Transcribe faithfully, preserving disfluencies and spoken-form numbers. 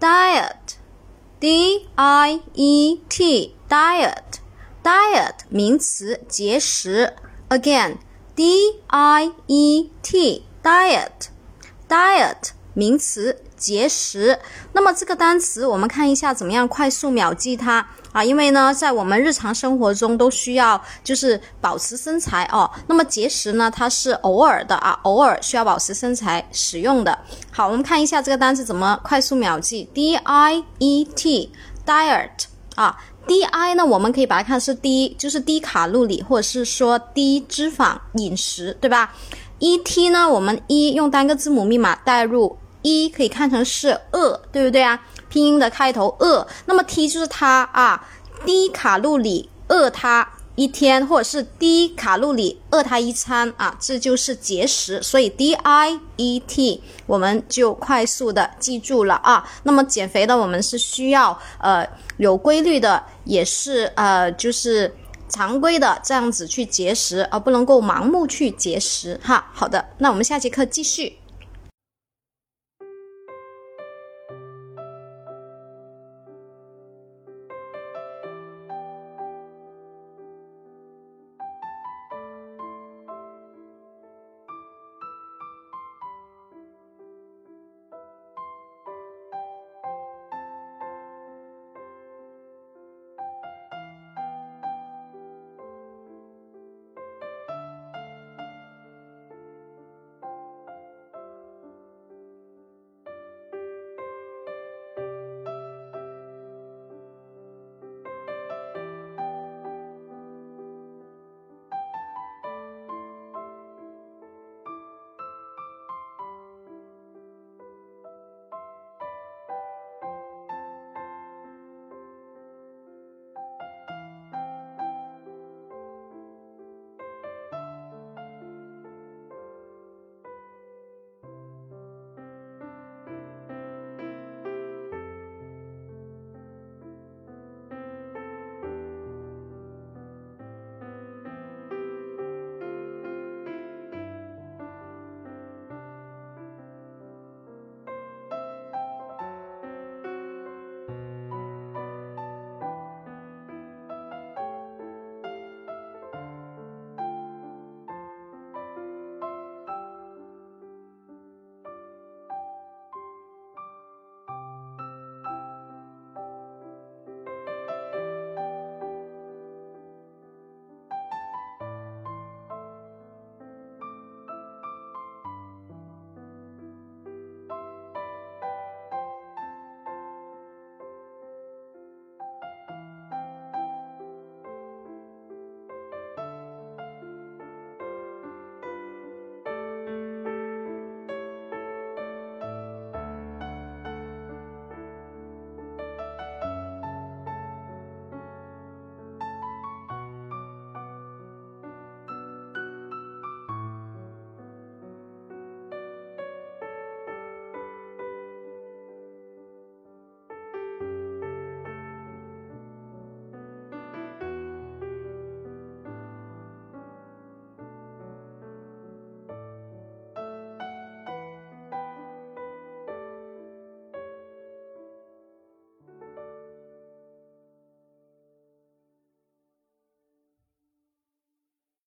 diet D I E T diet diet 名词节食 again D I E T diet diet 名词节食。那么这个单词我们看一下怎么样快速秒记它啊，因为呢在我们日常生活中都需要就是保持身材哦。那么节食呢它是偶尔的啊，偶尔需要保持身材使用的。好，我们看一下这个单词怎么快速秒记 D I E T diet 啊，D I 呢我们可以把它看是低，就是低卡路里或者是说低脂肪饮食，对吧？ E T 呢我们 E 用单个字母密码代入， E 可以看成是饿，对不对啊？拼音的开头饿，那么 T 就是它啊，低卡路里饿它一天，或者是低卡路里饿它一餐啊，这就是节食。所以 D I E T 我们就快速的记住了啊。那么减肥的我们是需要呃有规律的，也是呃就是常规的这样子去节食，而不能够盲目去节食哈。好的，那我们下节课继续。